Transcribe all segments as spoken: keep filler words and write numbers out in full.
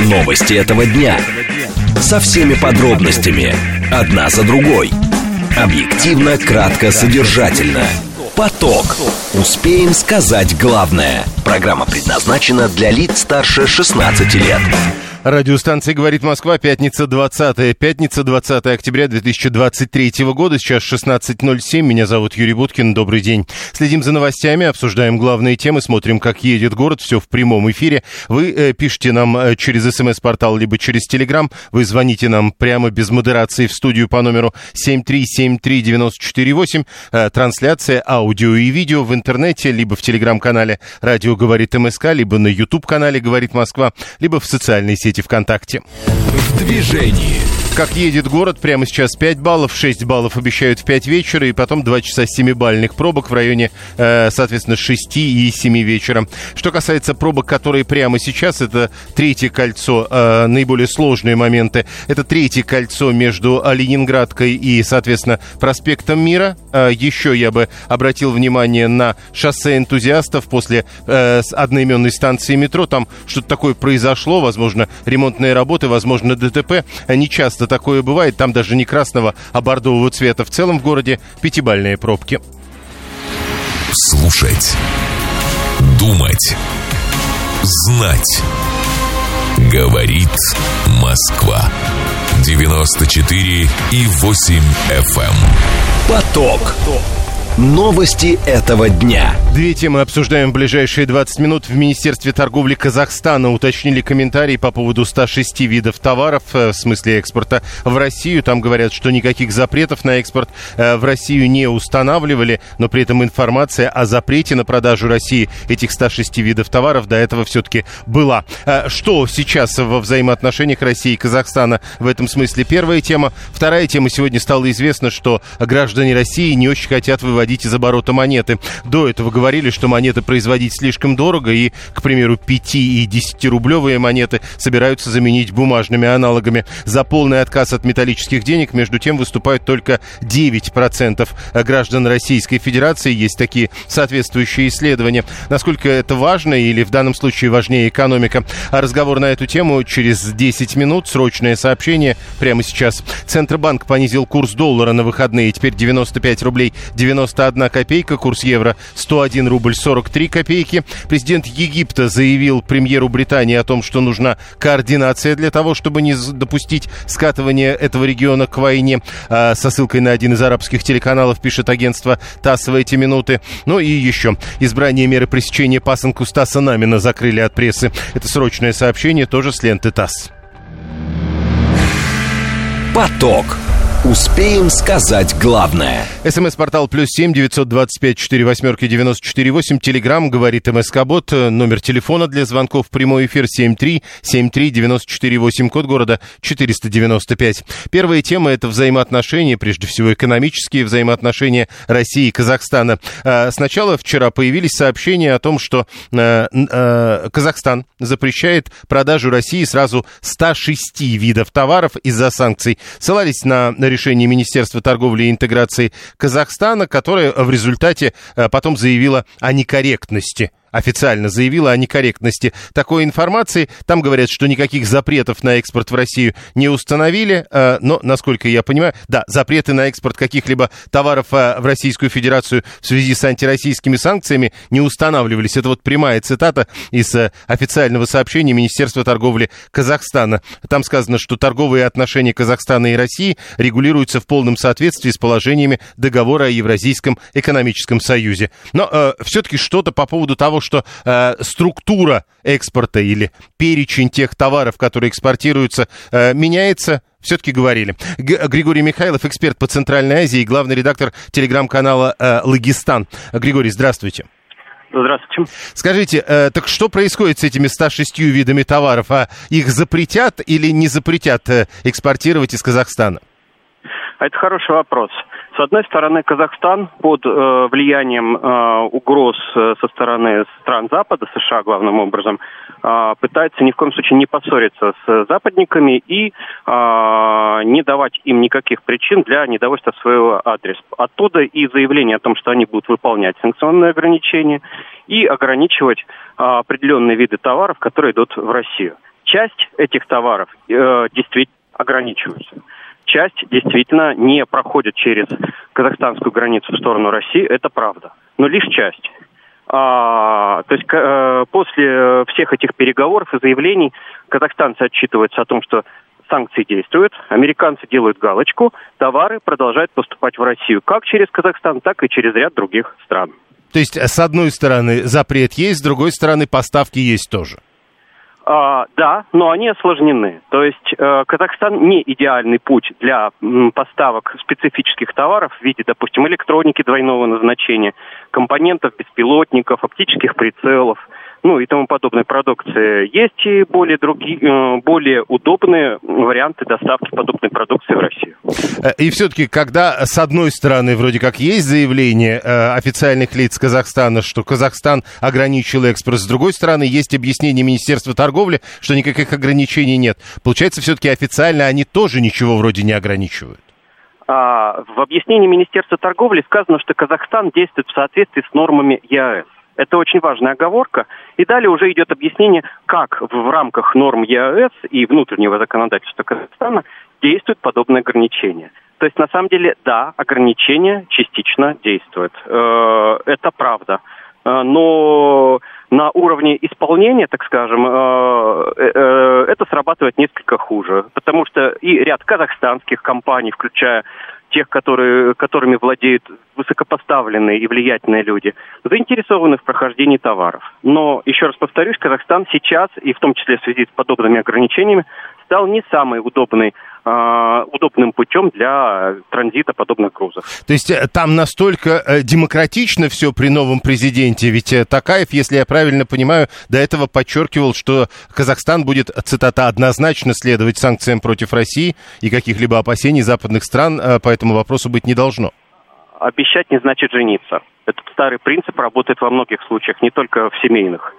Новости этого дня. Со всеми подробностями. Одна за другой. Объективно, кратко, содержательно. Поток. Успеем сказать главное. Программа предназначена для лиц старше шестнадцати лет. Радиостанция «Говорит Москва», пятница двадцатое, пятница двадцатое октября две тысячи двадцать третьего года, сейчас шестнадцать ноль семь, меня зовут Юрий Буткин, добрый день. Следим за новостями, обсуждаем главные темы, смотрим, как едет город, все в прямом эфире. Вы э, пишите нам э, через смс-портал, либо через телеграм, вы звоните нам прямо без модерации в студию по номеру семь три семь три девять четыре восемь, э, трансляция аудио и видео в интернете, либо в телеграм-канале «Радио говорит МСК», либо на YouTube-канале «Говорит Москва», либо в социальной сети ВКонтакте. В движении. Как едет город, прямо сейчас пять баллов, шесть баллов обещают в пять вечера, и потом два часа семибалльных пробок в районе, э, соответственно, шести и семи вечера. Что касается пробок, которые прямо сейчас, это третье кольцо, э, наиболее сложные моменты. Это третье кольцо между Ленинградкой и, соответственно, проспектом Мира. Э, еще я бы обратил внимание на шоссе энтузиастов после э, одноименной станции метро. Там что-то такое произошло, возможно, ремонтные работы, возможно, ДТП. Не часто такое бывает, там даже не красного, а бордового цвета. В целом в городе пятибалльные пробки. Слушать, думать, знать. Говорит Москва. девяносто четыре и восемь эф эм. Поток. Новости этого дня. Две темы обсуждаем в ближайшие двадцать минут. В Министерстве торговли Казахстана уточнили комментарии по поводу ста шести видов товаров, в смысле экспорта в Россию. Там говорят, что никаких запретов на экспорт в Россию не устанавливали, но при этом информация о запрете на продажу России этих ста шести видов товаров до этого все-таки была. Что сейчас во взаимоотношениях России и Казахстана в этом смысле? Первая тема. Вторая тема. Сегодня стало известно, что граждане России не очень хотят выводить из оборота монеты. До этого говорили, что монеты производить слишком дорого, и, к примеру, пяти- и десятирублевые монеты собираются заменить бумажными аналогами. За полный отказ от металлических денег, между тем, выступают только девять процентов граждан Российской Федерации. Есть такие соответствующие исследования. Насколько это важно, или в данном случае важнее экономика? Разговор на эту тему через десять минут. Срочное сообщение прямо сейчас. Центробанк понизил курс доллара на выходные. Теперь девяносто пять рублей девяносто одна копейка, курс евро сто один рубль сорок три копейки. Президент Египта заявил премьеру Британии о том, что нужна координация для того, чтобы не допустить скатывания этого региона к войне. А, со ссылкой на один из арабских телеканалов пишет агентство ТАСС в эти минуты. Ну и еще. Избрание меры пресечения пасынку Стаса Намина закрыли от прессы. Это срочное сообщение, тоже с ленты ТАСС. Поток. Успеем сказать главное. СМС-портал плюс семь девятьсот двадцать пять четыре восьмерки девяносто четыре восемь. Телеграм говорит МСК-бот. Номер телефона для звонков в прямой эфир семь три семь три девять четыре восемь. Код города четыреста девяносто пять. Первая тема — это взаимоотношения, прежде всего экономические взаимоотношения России и Казахстана. Сначала вчера появились сообщения о том, что Казахстан запрещает продажу России сразу ста шести видов товаров из-за санкций. Ссылались на решение Министерства торговли и интеграции Казахстана, которое в результате потом заявило о некорректности. Официально заявила о некорректности такой информации. Там говорят, что никаких запретов на экспорт в Россию не установили, но, насколько я понимаю, да, запреты на экспорт каких-либо товаров в Российскую Федерацию в связи с антироссийскими санкциями не устанавливались. Это вот прямая цитата из официального сообщения Министерства торговли Казахстана. Там сказано, что торговые отношения Казахстана и России регулируются в полном соответствии с положениями договора о Евразийском экономическом союзе. Но э, все-таки что-то по поводу того, что э, структура экспорта или перечень тех товаров, которые экспортируются, э, меняется, все-таки говорили. Г- Григорий Михайлов, эксперт по Центральной Азии и главный редактор телеграм-канала э, «Лагистан». Григорий, здравствуйте. Здравствуйте. Скажите, э, так что происходит с этими ста шестью видами товаров? А их запретят или не запретят э, экспортировать из Казахстана? Это хороший вопрос. С одной стороны, Казахстан под э, влиянием э, угроз э, со стороны стран Запада, США главным образом, э, пытается ни в коем случае не поссориться с западниками и э, не давать им никаких причин для недовольства своего адреса. Оттуда и заявление о том, что они будут выполнять санкционные ограничения и ограничивать э, определенные виды товаров, которые идут в Россию. часть этих товаров э, действительно ограничиваются. Часть действительно не проходит через казахстанскую границу в сторону России, это правда. Но лишь часть. А, то есть э, после всех этих переговоров и заявлений казахстанцы отчитываются о том, что санкции действуют, американцы делают галочку, товары продолжают поступать в Россию как через Казахстан, так и через ряд других стран. То есть, с одной стороны, запрет есть, с другой стороны, поставки есть тоже? А, да, но они осложнены. То есть э, Казахстан не идеальный путь для м, поставок специфических товаров в виде, допустим, электроники двойного назначения, компонентов беспилотников, оптических прицелов, ну и тому подобной продукции. Есть и более, другие, э, более удобные варианты доставки подобной продукции в Россию. И все-таки, когда с одной стороны вроде как есть заявление э, официальных лиц Казахстана, что Казахстан ограничил экспорт, с другой стороны есть объяснение Министерства торговли, что никаких ограничений нет. Получается, все-таки официально они тоже ничего вроде не ограничивают. А, в объяснении Министерства торговли сказано, что Казахстан действует в соответствии с нормами ЕАЭС. Это очень важная оговорка. И далее уже идет объяснение, как в рамках норм ЕАЭС и внутреннего законодательства Казахстана действуют подобные ограничения. То есть, на самом деле, да, ограничения частично действуют. Это правда. Но на уровне исполнения, так скажем, это срабатывает несколько хуже. Потому что и ряд казахстанских компаний, включая тех, которые, которыми владеют высокопоставленные и влиятельные люди, заинтересованы в прохождении товаров. Но, еще раз повторюсь, Казахстан сейчас, и в том числе в связи с подобными ограничениями, стал не самый удобный, э, удобным путем для транзита подобных грузов. То есть там настолько э, демократично все при новом президенте, ведь э, Токаев, если я правильно понимаю, до этого подчеркивал, что Казахстан будет, цитата, однозначно следовать санкциям против России, и каких-либо опасений западных стран э, по этому вопросу быть не должно. Обещать не значит жениться. Этот старый принцип работает во многих случаях, не только в семейных.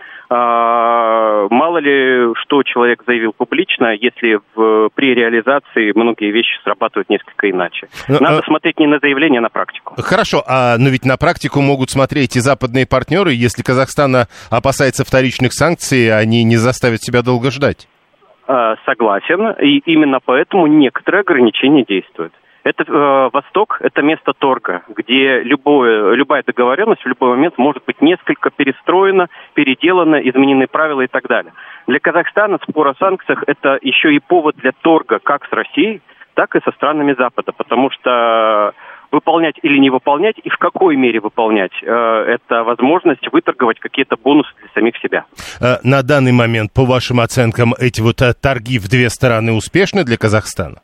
А, мало ли, что человек заявил публично, если в, при реализации многие вещи срабатывают несколько иначе. Надо а, смотреть не на заявление, а на практику. Хорошо, а, но ведь на практику могут смотреть и западные партнеры. Если Казахстан опасается вторичных санкций, они не заставят себя долго ждать. А, согласен, и именно поэтому некоторые ограничения действуют. Это э, Восток, это место торга, где любое, любая договоренность в любой момент может быть несколько перестроена, переделана, изменены правила и так далее. Для Казахстана спор о санкциях – это еще и повод для торга как с Россией, так и со странами Запада, потому что выполнять или не выполнять, и в какой мере выполнять, э, это возможность выторговать какие-то бонусы для самих себя. На данный момент, по вашим оценкам, эти вот торги в две стороны успешны для Казахстана?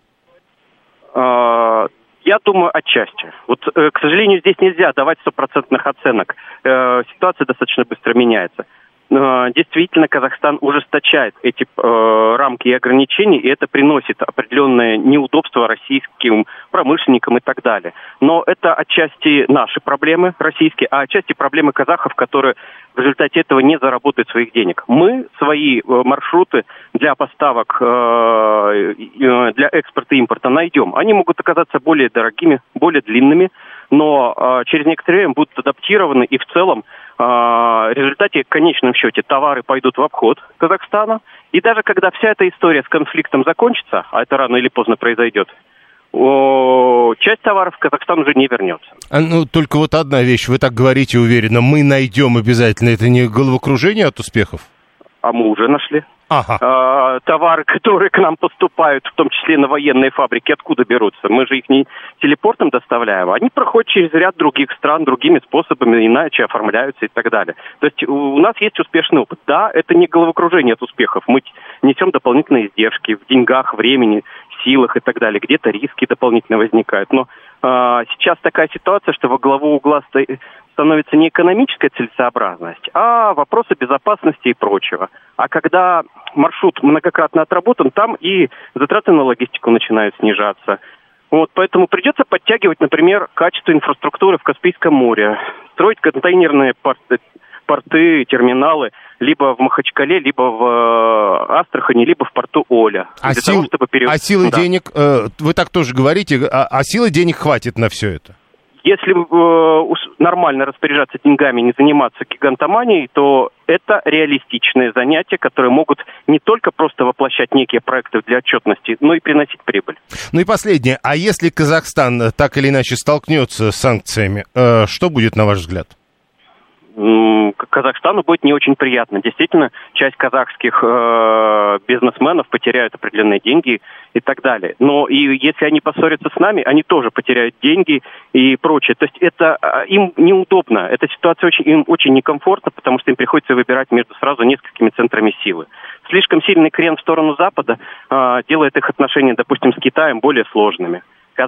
Я думаю, отчасти. Вот, к сожалению, здесь нельзя давать стопроцентных оценок. Ситуация достаточно быстро меняется. Действительно, Казахстан ужесточает эти э, рамки и ограничения, и это приносит определенное неудобство российским промышленникам и так далее. Но это отчасти наши проблемы российские, а отчасти проблемы казахов, которые в результате этого не заработают своих денег. Мы свои э, маршруты для поставок, э, э, для экспорта и импорта найдем. Они могут оказаться более дорогими, более длинными, но э, через некоторое время будут адаптированы, и в целом э, в результате, в конечном счете, товары пойдут в обход Казахстана. И даже когда вся эта история с конфликтом закончится, а это рано или поздно произойдет, о, часть товаров в Казахстан уже не вернется. А, ну, только вот одна вещь, вы так говорите уверенно, мы найдем обязательно, это не головокружение от успехов? А мы уже нашли. Ага. А, товары, которые к нам поступают, в том числе на военные фабрики, откуда берутся? Мы же их не телепортом доставляем. Они проходят через ряд других стран, другими способами, иначе оформляются и так далее. То есть у нас есть успешный опыт. Да, это не головокружение от успехов. Мы несем дополнительные издержки в деньгах, времени, силах и так далее. Где-то риски дополнительно возникают. Но а, сейчас такая ситуация, что во главу угла стоит... становится не экономическая целесообразность, а вопросы безопасности и прочего. А когда маршрут многократно отработан, там и затраты на логистику начинают снижаться. Вот, поэтому придется подтягивать, например, качество инфраструктуры в Каспийском море, строить контейнерные порты, порты, терминалы либо в Махачкале, либо в Астрахани, либо в порту Оля. А, сил, того, чтобы перев... а силы да. денег, э, вы так тоже говорите, а, а силы денег хватит на все это? Если э, нормально распоряжаться деньгами, не заниматься гигантоманией, то это реалистичные занятия, которые могут не только просто воплощать некие проекты для отчетности, но и приносить прибыль. Ну и последнее. А если Казахстан так или иначе столкнется с санкциями, э, что будет, на ваш взгляд? Казахстану будет не очень приятно. Действительно, часть казахских э, бизнесменов потеряют определенные деньги и так далее. Но и если они поссорятся с нами, они тоже потеряют деньги и прочее. То есть это э, им неудобно. Эта ситуация очень, им очень некомфортна, потому что им приходится выбирать между сразу несколькими центрами силы. Слишком сильный крен в сторону Запада э, делает их отношения, допустим, с Китаем более сложными.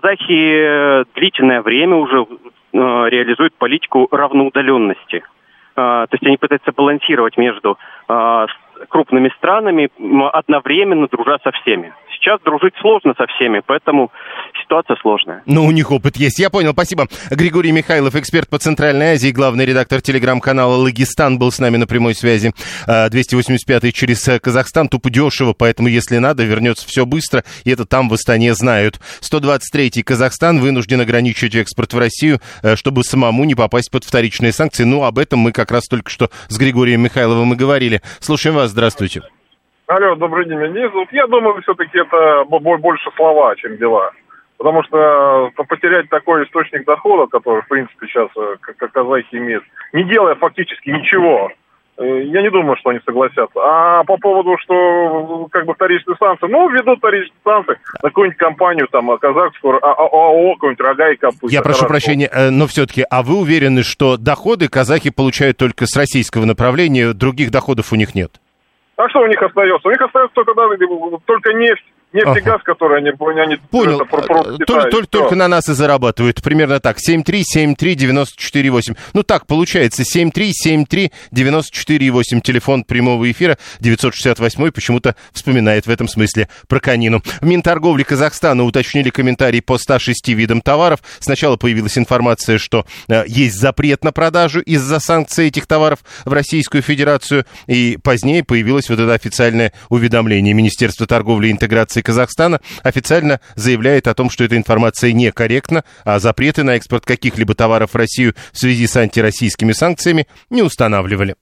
Казахи длительное время уже э, реализуют политику равноудаленности. Uh, то есть они пытаются балансировать между uh, крупными странами, одновременно дружа со всеми. Сейчас дружить сложно со всеми, поэтому ситуация сложная. Ну, у них опыт есть. Я понял, спасибо. Григорий Михайлов, эксперт по Центральной Азии, главный редактор телеграм-канала «Лагистан», был с нами на прямой связи. двести восемьдесят пятый через Казахстан, тупо дешево, поэтому, если надо, вернется все быстро, и это там в Астане знают. сто двадцать третий Казахстан вынужден ограничить экспорт в Россию, чтобы самому не попасть под вторичные санкции. Ну, об этом мы как раз только что с Григорием Михайловым и говорили. Слушаем вас, здравствуйте. Алло, добрый день, меня зовут. Я думаю, все-таки это больше слова, чем дела. Потому что потерять такой источник дохода, который, в принципе, сейчас как казахи имеют, не делая фактически ничего, я не думаю, что они согласятся. А по поводу, что как бы вторичные санкции, ну, введут вторичные санкции на какую-нибудь компанию, там, казахскую, АО, какую-нибудь «Рога и капуста». Я прошу прощения, но все-таки, а вы уверены, что доходы казахи получают только с российского направления, других доходов у них нет? А что у них остается? У них остается только, да, только нефть. Нефть и ага. газ, которые они... они Понял. Это, только, только, только на нас и зарабатывают. Примерно так. семь три семь три девять четыре восемь. Ну так получается. семь три семь три девять четыре восемь. Телефон прямого эфира. девятьсот шестьдесят восемь почему-то вспоминает в этом смысле про конину. В Минторговле Казахстана уточнили комментарий по ста шести видам товаров. Сначала появилась информация, что э, есть запрет на продажу из-за санкций этих товаров в Российскую Федерацию. И позднее появилось вот это официальное уведомление. Министерства торговли и интеграции Казахстана официально заявляет о том, что эта информация некорректна, а запреты на экспорт каких-либо товаров в Россию в связи с антироссийскими санкциями не устанавливали.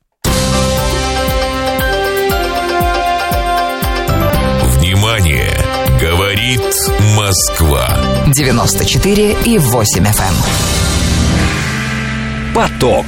Внимание! Говорит Москва. девяносто четыре и восемь эф эм. Поток.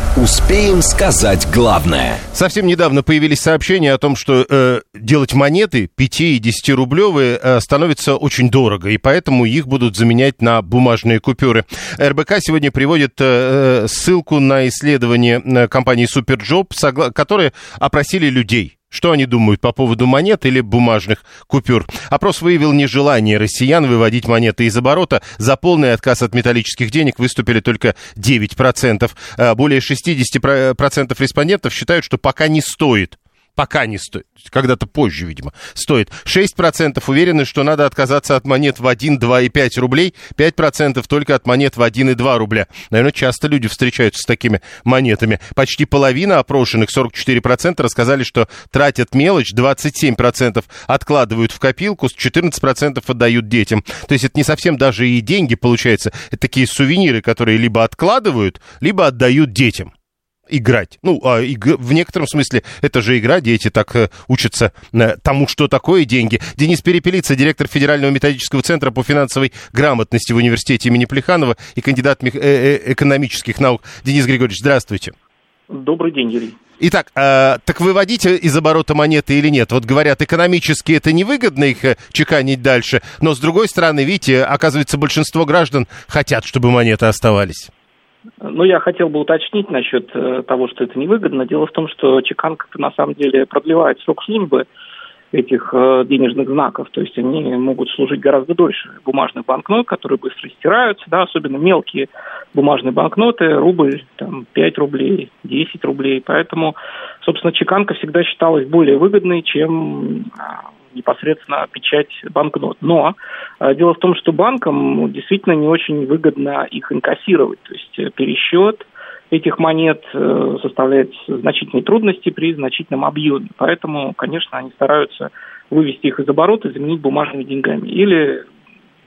Успеем сказать главное. Совсем недавно появились сообщения о том, что э, делать монеты пяти- и десятирублевые э, становится очень дорого, и поэтому их будут заменять на бумажные купюры. эр бэ ка сегодня приводит э, ссылку на исследование компании Суперджоп, согла- которые опросили людей. Что они думают по поводу монет или бумажных купюр? Опрос выявил нежелание россиян выводить монеты из оборота. За полный отказ от металлических денег выступили только девять процентов. Более шестьдесят процентов респондентов считают, что пока не стоит. Пока не стоит. Когда-то позже, видимо, стоит. шесть процентов уверены, что надо отказаться от монет в один, два и пять рублей. пять процентов только от монет в один и два рубля. Наверное, часто люди встречаются с такими монетами. Почти половина опрошенных, сорок четыре процента, рассказали, что тратят мелочь. двадцать семь процентов откладывают в копилку, четырнадцать процентов отдают детям. То есть это не совсем даже и деньги, получается. Это такие сувениры, которые либо откладывают, либо отдают детям. Играть. Ну, а иг... в некотором смысле это же игра, дети так э, учатся э, тому, что такое деньги. Денис Перепелица, директор Федерального методического центра по финансовой грамотности в университете имени Плеханова и кандидат мех... э, э, экономических наук. Денис Григорьевич, здравствуйте. Добрый день, Юрий. Итак, э, так выводить из оборота монеты или нет? Вот говорят, экономически это невыгодно их э, чеканить дальше, но с другой стороны, видите, оказывается, большинство граждан хотят, чтобы монеты оставались. Ну, я хотел бы уточнить насчет э, того, что это невыгодно. Дело в том, что чеканка на самом деле продлевает срок службы этих э, денежных знаков. То есть они могут служить гораздо дольше бумажных банкнот, которые быстро стираются, да, особенно мелкие бумажные банкноты, рубль, там, пять рублей, десять рублей. Поэтому, собственно, чеканка всегда считалась более выгодной, чем непосредственно печать банкнот. Но э, дело в том, что банкам ну, действительно не очень выгодно их инкассировать. То есть э, пересчет этих монет э, составляет значительные трудности при значительном объеме. Поэтому, конечно, они стараются вывести их из оборота и заменить бумажными деньгами. Или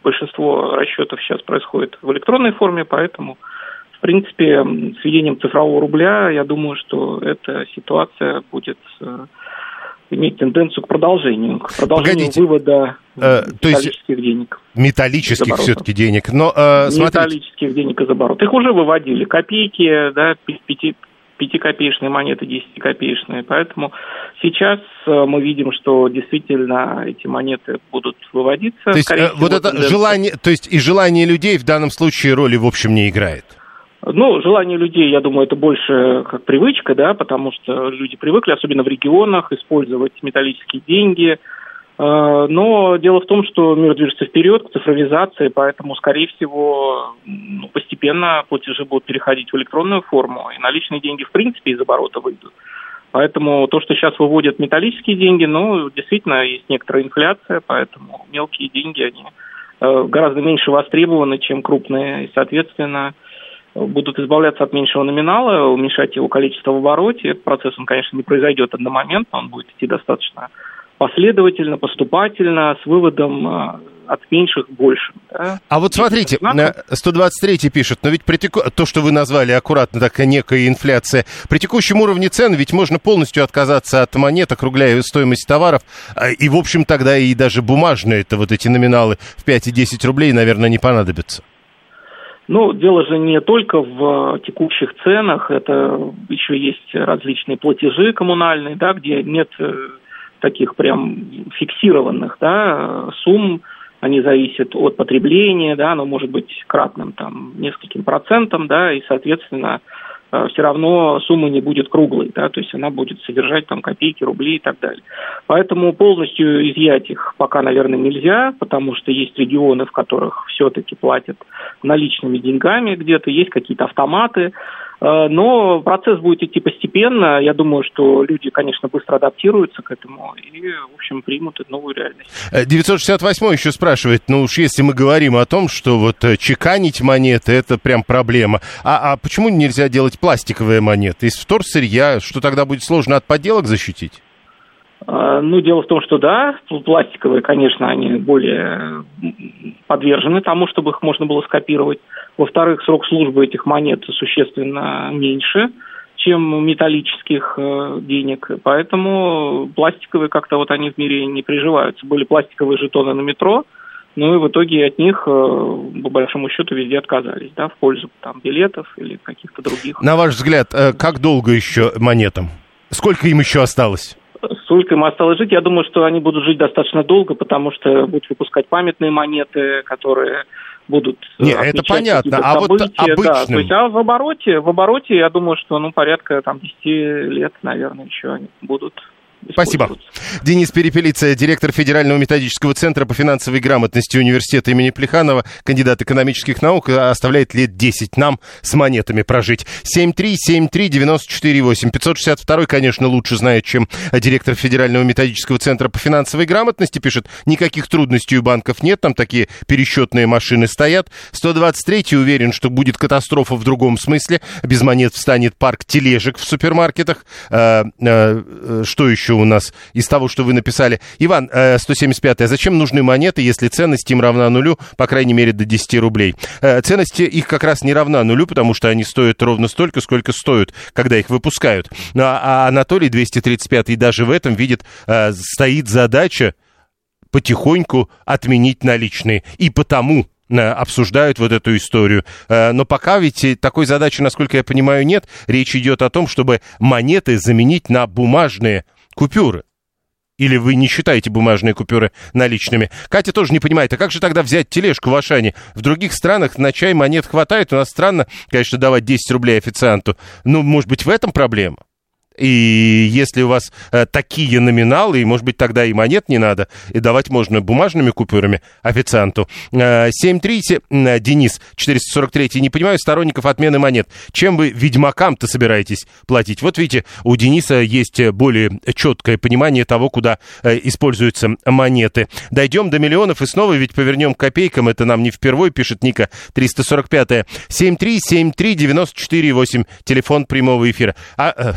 большинство расчетов сейчас происходит в электронной форме, поэтому, в принципе, с введением цифрового рубля, я думаю, что эта ситуация будет иметь тенденцию к продолжению, к продолжению Погодите. вывода э, металлических то есть денег. Металлических все-таки денег. Но, э, металлических денег из оборота. Их уже выводили. Копейки, да, пяти, пятикопеечные монеты, десятикопеечные. Поэтому сейчас мы видим, что действительно эти монеты будут выводиться. То есть э, вот это тенденция. желание, то есть и желание людей в данном случае роли в общем не играет? Ну, желание людей, я думаю, это больше как привычка, да, потому что люди привыкли, особенно в регионах, использовать металлические деньги. Но дело в том, что мир движется вперед к цифровизации, поэтому, скорее всего, ну, постепенно платежи будут переходить в электронную форму, и наличные деньги, в принципе, из оборота выйдут. Поэтому то, что сейчас выводят металлические деньги, ну, действительно, есть некоторая инфляция, поэтому мелкие деньги, они гораздо меньше востребованы, чем крупные, и, соответственно, будут избавляться от меньшего номинала, уменьшать его количество в обороте. Этот процесс, он, конечно, не произойдет одномоментно, он будет идти достаточно последовательно, поступательно, с выводом от меньших к большим. Да? А вот смотрите, сто двадцать третий пишет, но ведь при теку... то, что вы назвали аккуратно, такая некая инфляция, при текущем уровне цен ведь можно полностью отказаться от монет, округляя стоимость товаров, и, в общем, тогда и даже бумажные, это вот эти номиналы в пять и десять рублей, наверное, не понадобятся. Ну, дело же не только в текущих ценах, это еще есть различные платежи коммунальные, да, где нет таких прям фиксированных, да, сумм, они зависят от потребления, да, оно может быть кратным там нескольким процентом, да, и, соответственно, все равно сумма не будет круглой, да, то есть она будет содержать там копейки, рубли и так далее. Поэтому полностью изъять их пока, наверное, нельзя, потому что есть регионы, в которых все-таки платят наличными деньгами где-то, есть какие-то автоматы, но процесс будет идти постепенно. Я думаю, что люди, конечно, быстро адаптируются к этому и, в общем, примут эту новую реальность. девятьсот шестьдесят восьмой еще спрашивает, ну уж если мы говорим о том, что вот чеканить монеты, это прям проблема, а, а почему нельзя делать пластиковые монеты из вторсырья, что тогда будет сложно от подделок защитить? Ну, дело в том, что да, пластиковые, конечно, они более подвержены тому, чтобы их можно было скопировать. Во-вторых, срок службы этих монет существенно меньше, чем металлических э, денег. Поэтому пластиковые как-то вот они в мире не приживаются. Были пластиковые жетоны на метро, ну и в итоге от них, э, по большому счету, везде отказались, да, в пользу там билетов или каких-то других. На ваш взгляд, э, как долго еще монетам? Сколько им еще осталось? Сколько им осталось жить? Я думаю, что они будут жить достаточно долго, потому что будут выпускать памятные монеты, которые будут Не, это понятно, а события, вот обычным... Да. То есть, а в обороте, в обороте, я думаю, что ну, порядка там, десять лет, наверное, еще они будут. Спасибо. Денис Перепелица, директор Федерального методического центра по финансовой грамотности университета имени Плеханова, кандидат экономических наук, оставляет лет десять нам с монетами прожить. семь три семь три девять четыре восемь. пятьсот шестьдесят два, конечно, лучше знает, чем директор Федерального методического центра по финансовой грамотности. Пишет, никаких трудностей у банков нет, там такие пересчетные машины стоят. сто двадцать три уверен, что будет катастрофа в другом смысле. Без монет встанет парк тележек в супермаркетах. А, а, что еще у нас из того, что вы написали? Иван, сто семьдесят пять. А зачем нужны монеты, если ценность им равна нулю, по крайней мере, до десяти рублей? Ценность их как раз не равна нулю, потому что они стоят ровно столько, сколько стоят, когда их выпускают. А Анатолий, двести тридцать пятый, даже в этом видит, стоит задача потихоньку отменить наличные. И потому обсуждают вот эту историю. Но пока ведь такой задачи, насколько я понимаю, нет. Речь идет о том, чтобы монеты заменить на бумажные купюры. Или вы не считаете бумажные купюры наличными? Катя тоже не понимает, а как же тогда взять тележку в Ашане? В других странах на чай монет хватает. У нас странно, конечно, давать десять рублей официанту. Ну, может быть, в этом проблема? И если у вас э, такие номиналы, и, может быть, тогда и монет не надо, и давать можно бумажными купюрами официанту. Э, семь три, э, Денис, четыреста сорок три, не понимаю сторонников отмены монет. Чем вы ведьмакам-то собираетесь платить? Вот видите, у Дениса есть более четкое понимание того, куда э, используются монеты. Дойдем до миллионов и снова ведь повернем к копейкам. Это нам не впервой, пишет Ника, триста сорок пять. семь три семь три девять четыре восемь, телефон прямого эфира. А, э, вот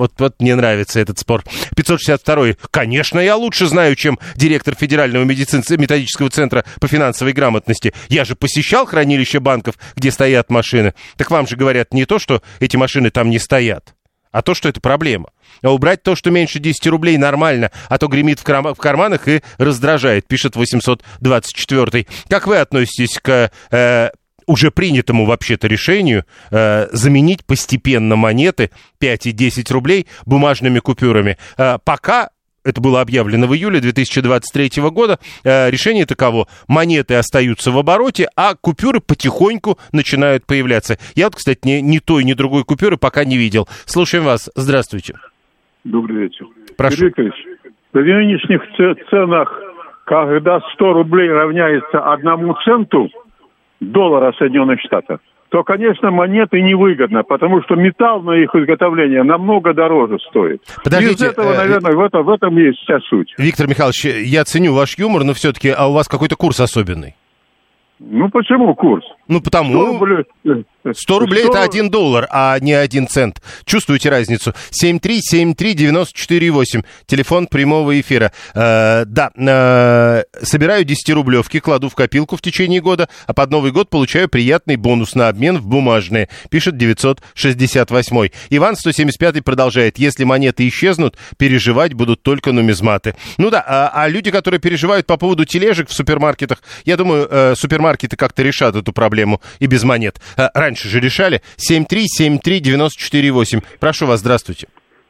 Вот, вот мне нравится этот спор. пятьсот шестьдесят второй. Конечно, я лучше знаю, чем директор Федерального медицинского методического центра по финансовой грамотности. Я же посещал хранилище банков, где стоят машины. Так вам же говорят не то, что эти машины там не стоят, а то, что это проблема. А убрать то, что меньше десять рублей, нормально, а то гремит в, крам- в карманах и раздражает, пишет восемьсот двадцать четвёртый. Как вы относитесь к э, уже принятому вообще-то решению э, заменить постепенно монеты пять и десять рублей бумажными купюрами? Э, пока... Это было объявлено в июле две тысячи двадцать третьего года. Э, решение таково. Монеты остаются в обороте, а купюры потихоньку начинают появляться. Я вот, кстати, ни, ни той, ни другой купюры пока не видел. Слушаем вас. Здравствуйте. Добрый вечер. Прошу. Юрий Викторович, в нынешних ценах, когда сто рублей равняется одному центу доллара Соединенных Штатов, то, конечно, монеты невыгодно, потому что металл на их изготовление намного дороже стоит. Подождите, из этого, э, наверное, в этом, в этом есть вся суть. Виктор Михайлович, я ценю ваш юмор, но все-таки, а у вас какой-то курс особенный? Ну, почему курс? Ну, потому... сто рублей, сто рублей это один доллар, а не один цент. Чувствуете разницу? семь три семь три девять четыре восемь. Телефон прямого эфира. Э, да, э, собираю десятирублевки, кладу в копилку в течение года, а под Новый год получаю приятный бонус на обмен в бумажные, пишет девятьсот шестьдесят восемь. Иван сто семьдесят пятый продолжает. Если монеты исчезнут, переживать будут только нумизматы. Ну да, а, а люди, которые переживают по поводу тележек в супермаркетах, я думаю, э, супермаркеты как-то решат эту проблему и без монет. Э, раньше же решали. семь три семь три девять четыре восемь. Прошу вас, здравствуйте.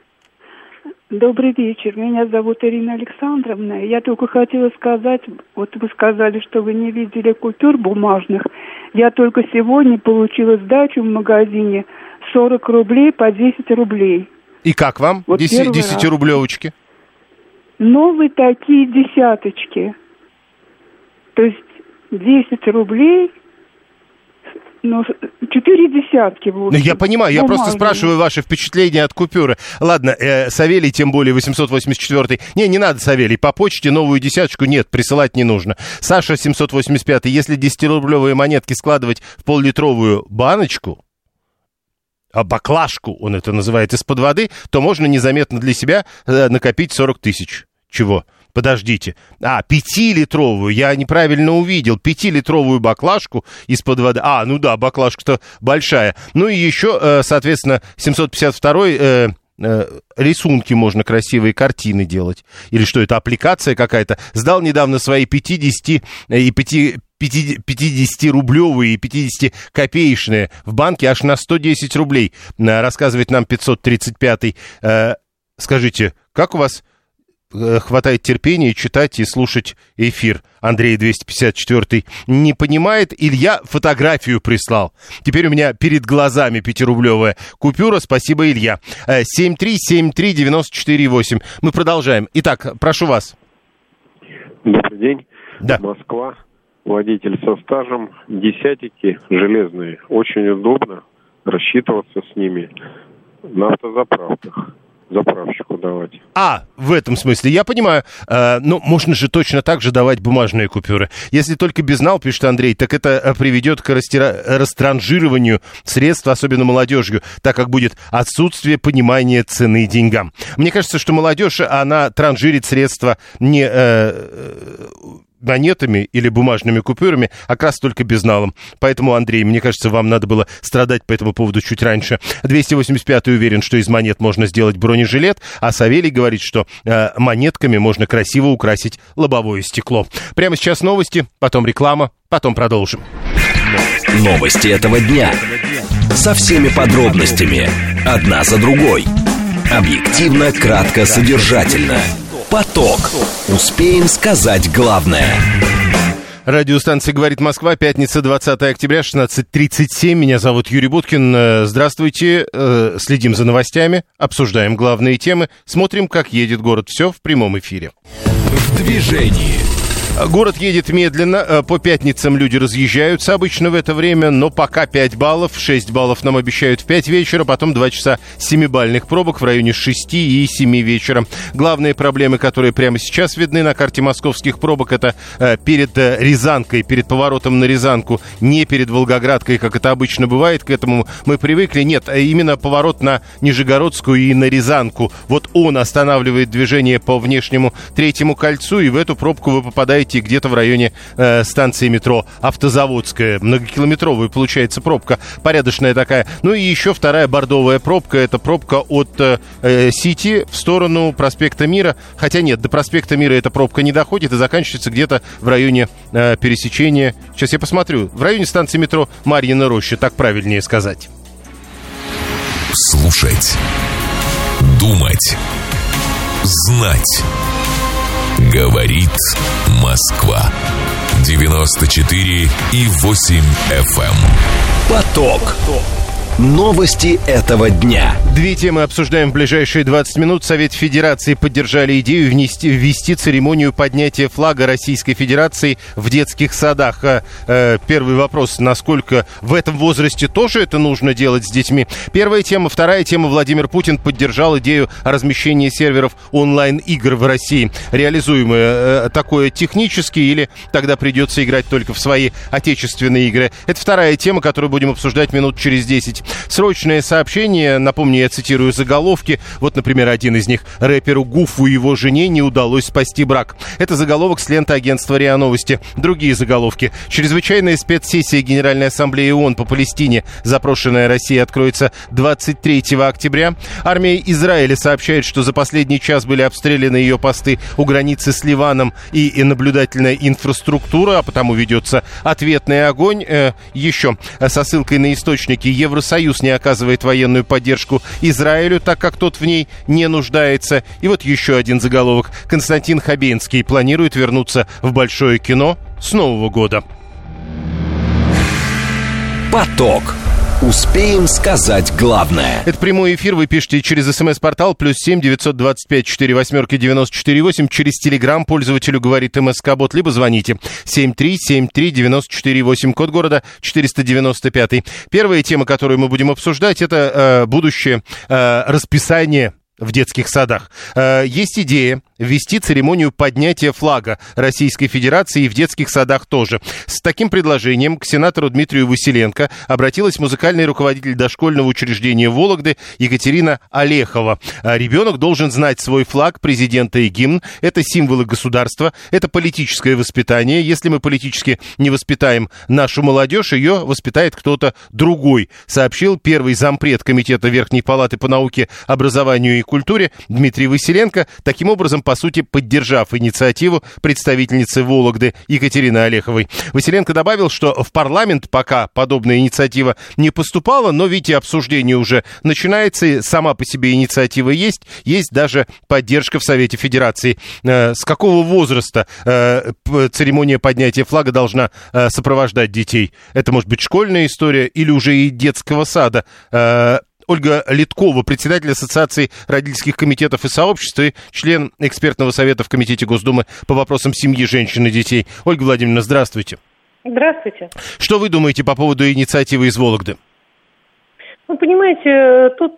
Добрый вечер. Меня зовут Ирина Александровна. Я только хотела сказать, вот вы сказали, что вы не видели купюр бумажных. Я только сегодня получила сдачу в магазине сорок рублей по десять рублей. И как вам? Вот десятирублевочки? Новые такие десяточки. То есть десять рублей... Ну, четыре десятки. Ну, я понимаю, я просто спрашиваю ваши впечатления от купюры. Ладно, э, Савелий, тем более, восемьсот восемьдесят четвёртый. Не, не надо, Савелий, по почте новую десяточку нет, присылать не нужно. Саша, семьсот восемьдесят пятый. Если десятирублевые монетки складывать в поллитровую баночку, а баклажку, он это называет, из-под воды, то можно незаметно для себя э, накопить сорок тысяч. Чего? Подождите. А, пятилитровую, я неправильно увидел. Пятилитровую баклажку из-под воды. А, ну да, баклажка-то большая. Ну и еще, соответственно, семьсот пятьдесят второй... Э, э, рисунки можно, красивые картины делать. Или что это, аппликация какая-то. Сдал недавно свои пятьдесят и пятидесятирублевые и пятидесятикопеечные в банке аж на сто десять рублей. Рассказывает нам пятьсот тридцать пятый. Э, скажите, как у вас... хватает терпения читать и слушать эфир? Андрей двести пятьдесят четвёртый не понимает. Илья фотографию прислал. Теперь у меня перед глазами пятирублевая купюра. Спасибо, Илья. семь три семь три девять четыре восемь. Мы продолжаем. Итак, прошу вас. Добрый день. Да. Москва. Водитель со стажем. Десятики железные. Очень удобно рассчитываться с ними на автозаправках. Заправщику давать. А, в этом смысле, я понимаю. Э, но можно же точно так же давать бумажные купюры. Если только безнал, пишет Андрей, так это приведет к растира... растранжированию средств, особенно молодежью, так как будет отсутствие понимания цены деньгам. Мне кажется, что молодежь, она транжирит средства не... Э, монетами или бумажными купюрами, а как раз только безналом. Поэтому, Андрей, мне кажется, вам надо было страдать по этому поводу чуть раньше. двести восемьдесят пятый уверен, что из монет можно сделать бронежилет, а Савелий говорит, что э, монетками можно красиво украсить лобовое стекло. Прямо сейчас новости, потом реклама, потом продолжим. Новости этого дня. Со всеми подробностями. Одна за другой. Объективно, кратко, содержательно. Поток. Успеем сказать главное. Радиостанция «Говорит Москва», пятница, двадцатое октября, шестнадцать тридцать семь. Меня зовут Юрий Буткин. Здравствуйте. Следим за новостями, обсуждаем главные темы, смотрим, как едет город. Все в прямом эфире. В движении. Город едет медленно, по пятницам люди разъезжаются обычно в это время, но пока пять баллов, шесть баллов нам обещают в пять вечера, потом два часа семибалльных пробок в районе шести и семи вечера. Главные проблемы, которые прямо сейчас видны на карте московских пробок, это перед Рязанкой, перед поворотом на Рязанку, не перед Волгоградкой, как это обычно бывает, к этому мы привыкли. Нет, именно поворот на Нижегородскую и на Рязанку. Вот он останавливает движение по внешнему третьему кольцу, и в эту пробку вы попадаете где-то в районе э, станции метро Автозаводская. Многокилометровая получается пробка, порядочная такая. Ну и еще вторая бордовая пробка, это пробка от э, Сити в сторону проспекта Мира. Хотя нет, до проспекта Мира эта пробка не доходит и заканчивается где-то в районе э, пересечения. Сейчас я посмотрю. В районе станции метро Марьина Роща, так правильнее сказать. Слушать, думать, знать. Говорит Москва. девяносто четыре и восемь эф эм. Поток. Новости этого дня. Две темы обсуждаем в ближайшие двадцать минут. Совет Федерации поддержали идею внести, ввести церемонию поднятия флага Российской Федерации в детских садах. Первый вопрос: насколько в этом возрасте тоже это нужно делать с детьми? Первая тема. Вторая тема. Владимир Путин поддержал идею о размещении серверов онлайн-игр в России. Реализуемое такое технически, или тогда придется играть только в свои отечественные игры? Это вторая тема, которую будем обсуждать минут через десять. Срочное сообщение, напомню, я цитирую заголовки. Вот, например, один из них: рэперу Гуфу и его жене не удалось спасти брак. Это заголовок с ленты агентства РИА Новости. Другие заголовки: чрезвычайная спецсессия Генеральной Ассамблеи ООН по Палестине, запрошенная Россией, откроется двадцать третьего октября. Армия Израиля сообщает, что за последний час были обстреляны ее посты у границы с Ливаном и, и наблюдательная инфраструктура, а потому ведется ответный огонь. Э, еще со ссылкой на источники: Евросоюз Союз не оказывает военную поддержку Израилю, так как тот в ней не нуждается. И вот еще один заголовок: Константин Хабенский планирует вернуться в большое кино с Нового года. Поток. Успеем сказать главное. Это прямой эфир. Вы пишите через смс-портал плюс семь девятьсот двадцать пять сорок восемь девяносто четыре восемь. Через телеграм пользователю говорит МСК-бот, либо звоните семь три семь три девяносто четыре восемь, код города четыреста девяносто пять. Первая тема, которую мы будем обсуждать, это э, будущее э, расписание в детских садах. Э, есть идея ввести церемонию поднятия флага Российской Федерации и в детских садах тоже. С таким предложением к сенатору Дмитрию Василенко обратилась музыкальный руководитель дошкольного учреждения Вологды Екатерина Олехова. Ребенок должен знать свой флаг, президента и гимн. Это символы государства, это политическое воспитание. Если мы политически не воспитаем нашу молодежь, ее воспитает кто-то другой, сообщил первый зампред Комитета Верхней Палаты по науке, образованию и культуре Дмитрий Василенко, таким образом, по сути, поддержав инициативу представительницы Вологды Екатерины Олеховой. Василенко добавил, что в парламент пока подобная инициатива не поступала, но, видите, обсуждение уже начинается, сама по себе инициатива есть, есть даже поддержка в Совете Федерации. С какого возраста церемония поднятия флага должна сопровождать детей? Это может быть школьная история или уже и детского сада? Ольга Литкова, председатель Ассоциации родительских комитетов и сообществ и член экспертного совета в Комитете Госдумы по вопросам семьи, женщин и детей. Ольга Владимировна, здравствуйте. Здравствуйте. Что вы думаете по поводу инициативы из Вологды? Ну, понимаете, тут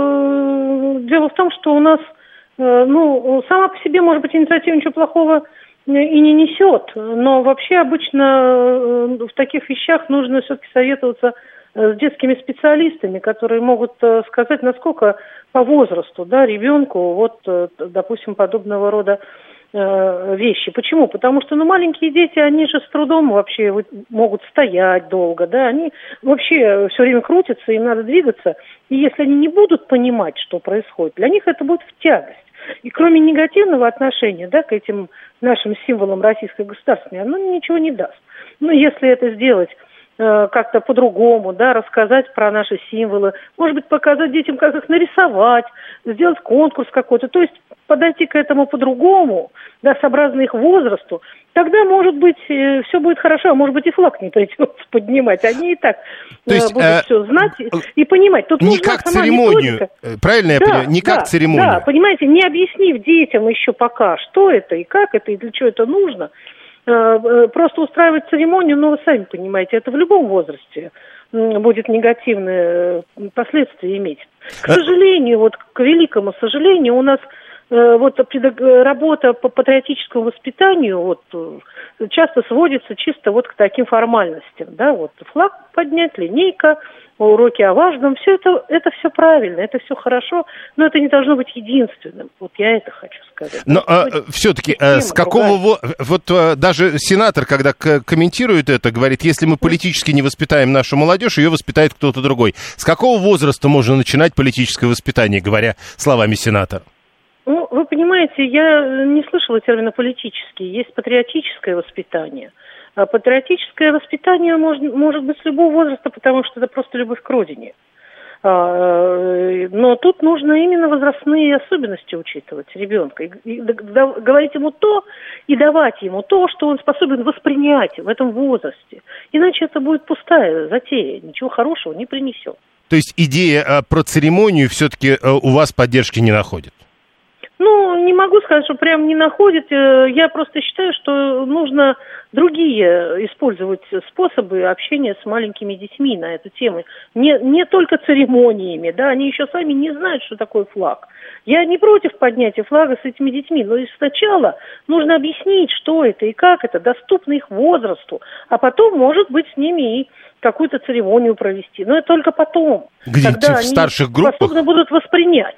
э, дело в том, что у нас, э, ну, сама по себе, может быть, инициатива ничего плохого и не несет, но вообще обычно э, в таких вещах нужно все-таки советоваться с детскими специалистами, которые могут сказать, насколько по возрасту, да, ребенку, вот, допустим, подобного рода э, вещи. Почему? Потому что, ну, маленькие дети, они же с трудом вообще могут стоять долго, да, они вообще все время крутятся, им надо двигаться, и если они не будут понимать, что происходит, для них это будет в тягость. И кроме негативного отношения, да, к этим нашим символам российской государственности, оно ничего не даст. Но если это сделать как-то по-другому, да, рассказать про наши символы, может быть, показать детям, как их нарисовать, сделать конкурс какой-то, то есть подойти к этому по-другому, да, сообразно их возрасту, тогда, может быть, все будет хорошо, а может быть, и флаг не придется поднимать. Они и так то есть, будут э, все знать и понимать. Тут не как церемонию, методика. Правильно я да, понимаю? Не да, как церемонию. Да, понимаете, не объяснив детям еще пока, что это и как это, и для чего это нужно, просто устраивать церемонию, ну, вы сами понимаете, это в любом возрасте будет негативные последствия иметь. К сожалению, вот к великому сожалению, у нас вот работа по патриотическому воспитанию вот часто сводится чисто вот к таким формальностям, да, вот флаг поднять, линейка, уроки о важном, все это, это все правильно, это все хорошо, но это не должно быть единственным. Вот я это хочу сказать. Но а, все-таки а, с какого во... вот а, даже сенатор, когда к- комментирует это, говорит, если мы политически не воспитаем нашу молодежь, ее воспитает кто-то другой. С какого возраста можно начинать политическое воспитание, говоря словами сенатора? Ну, вы понимаете, я не слышала термина политический, есть патриотическое воспитание. А патриотическое воспитание может, может быть с любого возраста, потому что это просто любовь к родине. А, но тут нужно именно возрастные особенности учитывать ребенка. И, и да, говорить ему то и давать ему то, что он способен воспринять в этом возрасте. Иначе это будет пустая затея, ничего хорошего не принесет. То есть идея а, про церемонию все-таки а, у вас поддержки не находит? Ну, не могу сказать, что прям не находит. Я просто считаю, что нужно другие использовать способы общения с маленькими детьми на эту тему. Не, не только церемониями, да, они еще сами не знают, что такое флаг. Я не против поднятия флага с этими детьми, но сначала нужно объяснить, что это и как это, доступно их возрасту, а потом, может быть, с ними и какую-то церемонию провести. Но это только потом, где когда в они старших группах способны будут воспринять.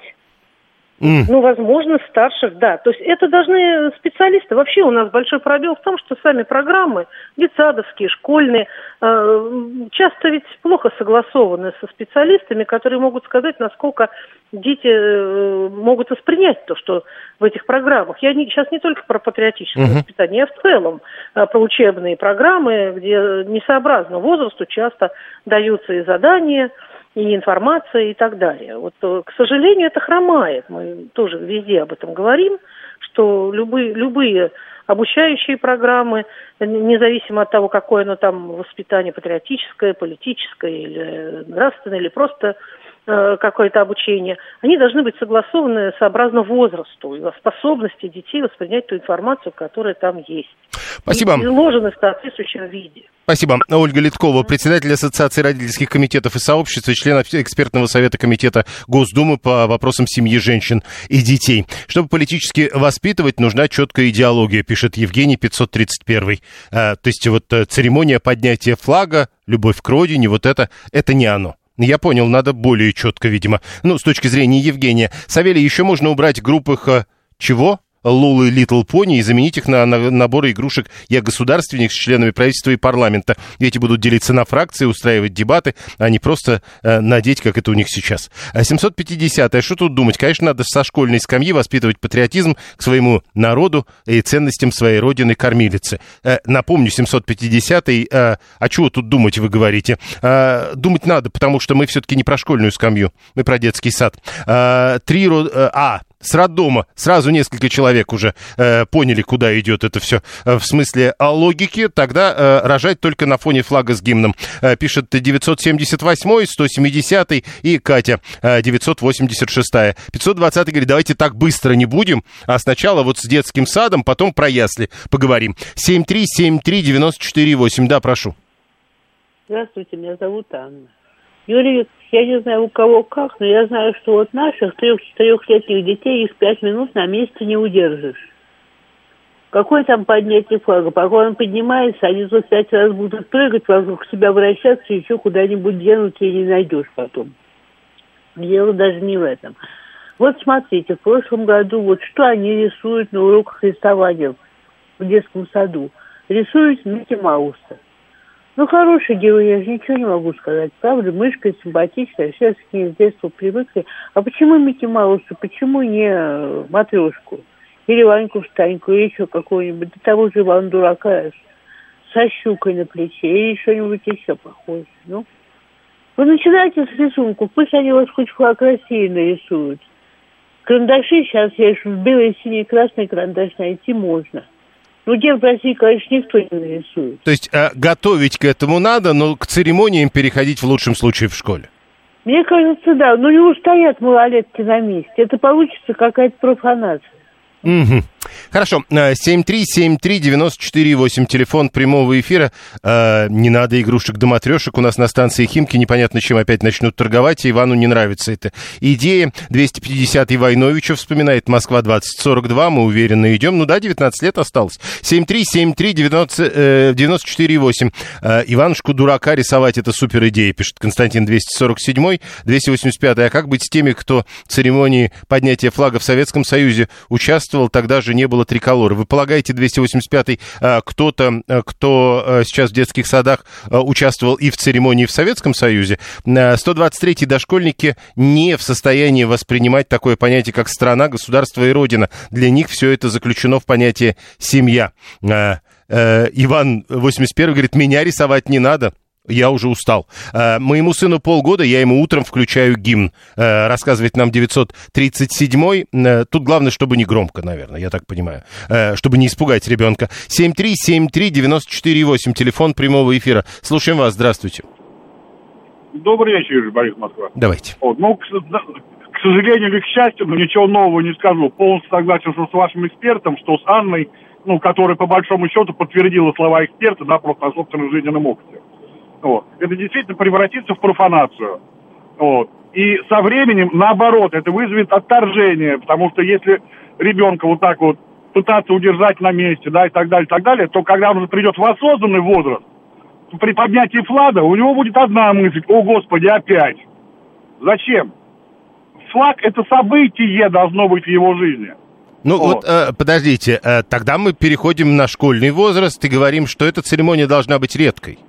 Mm. Ну, возможно, старших, да. То есть это должны специалисты. Вообще у нас большой пробел в том, что сами программы, детсадовские, школьные, э, часто ведь плохо согласованы со специалистами, которые могут сказать, насколько дети э, могут воспринять то, что в этих программах. Я не, сейчас не только про патриотическое mm-hmm. воспитание, а в целом э, про учебные программы, где несообразно возрасту часто даются и задания, и информация, и так далее. Вот, к сожалению, это хромает. Мы тоже везде об этом говорим, что любые, любые обучающие программы, независимо от того, какое оно там воспитание, патриотическое, политическое или нравственное, или просто э, какое-то обучение, они должны быть согласованы сообразно возрасту и способности детей воспринять ту информацию, которая там есть. Спасибо. И изложены в соответствующем виде. Спасибо. Ольга Литкова, председатель Ассоциации родительских комитетов и сообществ и член экспертного совета комитета Госдумы по вопросам семьи, женщин и детей. Чтобы политически воспитывать, нужна четкая идеология, пишет Евгений пятьсот тридцать один. А, то есть вот церемония поднятия флага, любовь к родине, вот это, это не оно. Я понял, надо более четко, видимо. Ну, с точки зрения Евгения. Савелий, еще можно убрать в группах чего? Лулы, Литл Пони и заменить их на, на наборы игрушек «Я государственник» с членами правительства и парламента. Эти будут делиться на фракции, устраивать дебаты, а не просто э, надеть, как это у них сейчас. семьсот пятидесятое. Что тут думать? Конечно, надо со школьной скамьи воспитывать патриотизм к своему народу и ценностям своей родины-кормилицы. Э, напомню, семьсот пятидесятый. Э, а чего тут думать, вы говорите? Э, думать надо, потому что мы все-таки не про школьную скамью, мы про детский сад. Э, три... Э, а... С роддома сразу несколько человек уже э, поняли, куда идет это все. Э, в смысле э, логики, тогда э, рожать только на фоне флага с гимном. Э, пишет девятьсот семьдесят восьмой, сто семидесятый и Катя э, девятьсот восемьдесят шестой. пятьсот двадцатый говорит, давайте так быстро не будем, а сначала вот с детским садом, потом про ясли поговорим. семь три семь три девяносто четыре восемь. Да, прошу. Здравствуйте, меня зовут Анна. Юрий, я не знаю, у кого как, но я знаю, что вот наших трех-четырехлетних детей их пять минут на месте не удержишь. Какое там поднятие флага? Пока он поднимается, они тут пять раз будут прыгать, вокруг себя вращаться, и еще куда-нибудь денутся и не найдешь потом. Дело даже не в этом. Вот смотрите, в прошлом году вот что они рисуют на уроках рисования в детском саду. Рисуют Микки Мауса. Ну, хороший герой, я же ничего не могу сказать. Правда, мышка симпатичная, все к ней с детства привыкли. А почему Микки Мауса? Почему не Матрешку? Или Ваньку Встаньку, или еще какого-нибудь, до того же Ивана Дурака со щукой на плече, или что-нибудь еще похожее. Ну, вы начинаете с рисунков, пусть они вас хоть флаг России нарисуют. Карандаши сейчас, я в белый, синий, красный карандаш найти можно. Ну, герб России, конечно, никто не нарисует. То есть э, готовить к этому надо, но к церемониям переходить в лучшем случае в школе? Мне кажется, да. Ну, не устоят малолетки на месте. Это получится какая-то профанация. Угу. Хорошо, семь три семь три девяносто четыре восемь, телефон прямого эфира. Э, не надо игрушек-домотрешек. У нас на станции Химки непонятно, чем опять начнут торговать. И Ивану не нравится эта идея. двести пятьдесят Ивайновичев вспоминает. Москва двадцать сорок два. Мы уверенно идем. Ну да, девятнадцать лет осталось. семь три семь три девяносто четыре восемь. Э, Иванушку дурака рисовать — это супер идея, пишет Константин двести сорок семь. двести восемьдесят пять. А как быть с теми, кто в церемонии поднятия флага в Советском Союзе участвовал? Тогда же не было триколора. Вы полагаете, двести восемьдесят пятый, кто-то, кто сейчас в детских садах участвовал и в церемонии в Советском Союзе? сто двадцать третий дошкольники не в состоянии воспринимать такое понятие, как страна, государство и родина. Для них все это заключено в понятие семья. Иван восемьдесят первый говорит, меня рисовать не надо. Я уже устал. Моему сыну полгода, я ему утром включаю гимн. Рассказывает нам девятьсот тридцать седьмой. Тут главное, чтобы не громко, наверное, я так понимаю. Чтобы не испугать ребенка. семь три семь три девяносто четыре восемь, телефон прямого эфира. Слушаем вас, здравствуйте. Добрый вечер, Борис, Москва. Давайте. Вот, ну, к, к сожалению или к счастью, но ничего нового не скажу. Полностью согласен что с вашим экспертом, что с Анной, ну, которая по большому счету подтвердила слова эксперта, да, просто на собственном жизненном опыте. Вот. Это действительно превратится в профанацию. Вот. И со временем, наоборот, это вызовет отторжение, потому что если ребенка вот так вот пытаться удержать на месте, да, и так далее, и так далее, то когда он придет в осознанный возраст, при поднятии флага у него будет одна мысль: о, Господи, опять. Зачем? Флаг — это событие должно быть в его жизни. Ну вот, вот э, подождите, э, тогда мы переходим на школьный возраст и говорим, что эта церемония должна быть редкой.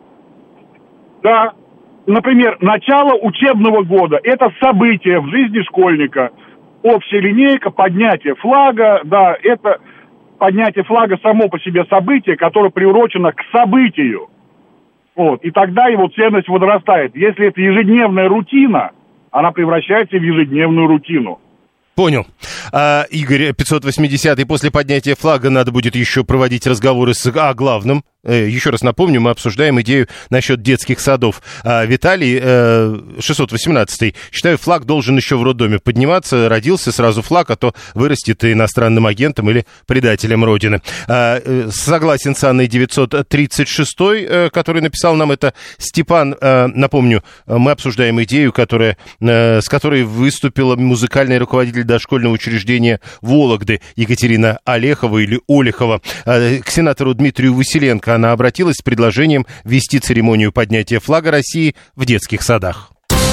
Да, например, начало учебного года – это событие в жизни школьника. Общая линейка, поднятие флага, да, это поднятие флага само по себе событие, которое приурочено к событию. Вот, и тогда его ценность возрастает. Если это ежедневная рутина, она превращается в ежедневную рутину. Понял. А, Игорь, пятьсот восьмидесятый, после поднятия флага надо будет еще проводить разговоры с, о главном. Еще раз напомню, мы обсуждаем идею насчет детских садов. А, Виталий, шестьсот восемнадцатый, считаю, флаг должен еще в роддоме подниматься. Родился сразу флаг, а то вырастет иностранным агентом или предателем Родины. А, согласен с Анной девятьсот тридцать шестой, который написал нам это Степан. А, напомню, мы обсуждаем идею, которая, с которой выступила музыкальный руководитель дошкольного учреждения Вологды Екатерина Олехова или Олехова. А, к сенатору Дмитрию Василенко она обратилась с предложением ввести церемонию поднятия флага России в детских садах.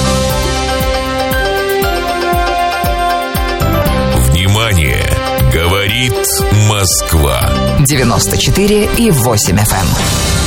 Внимание! Говорит Москва. девяносто четыре и восемь эф эм.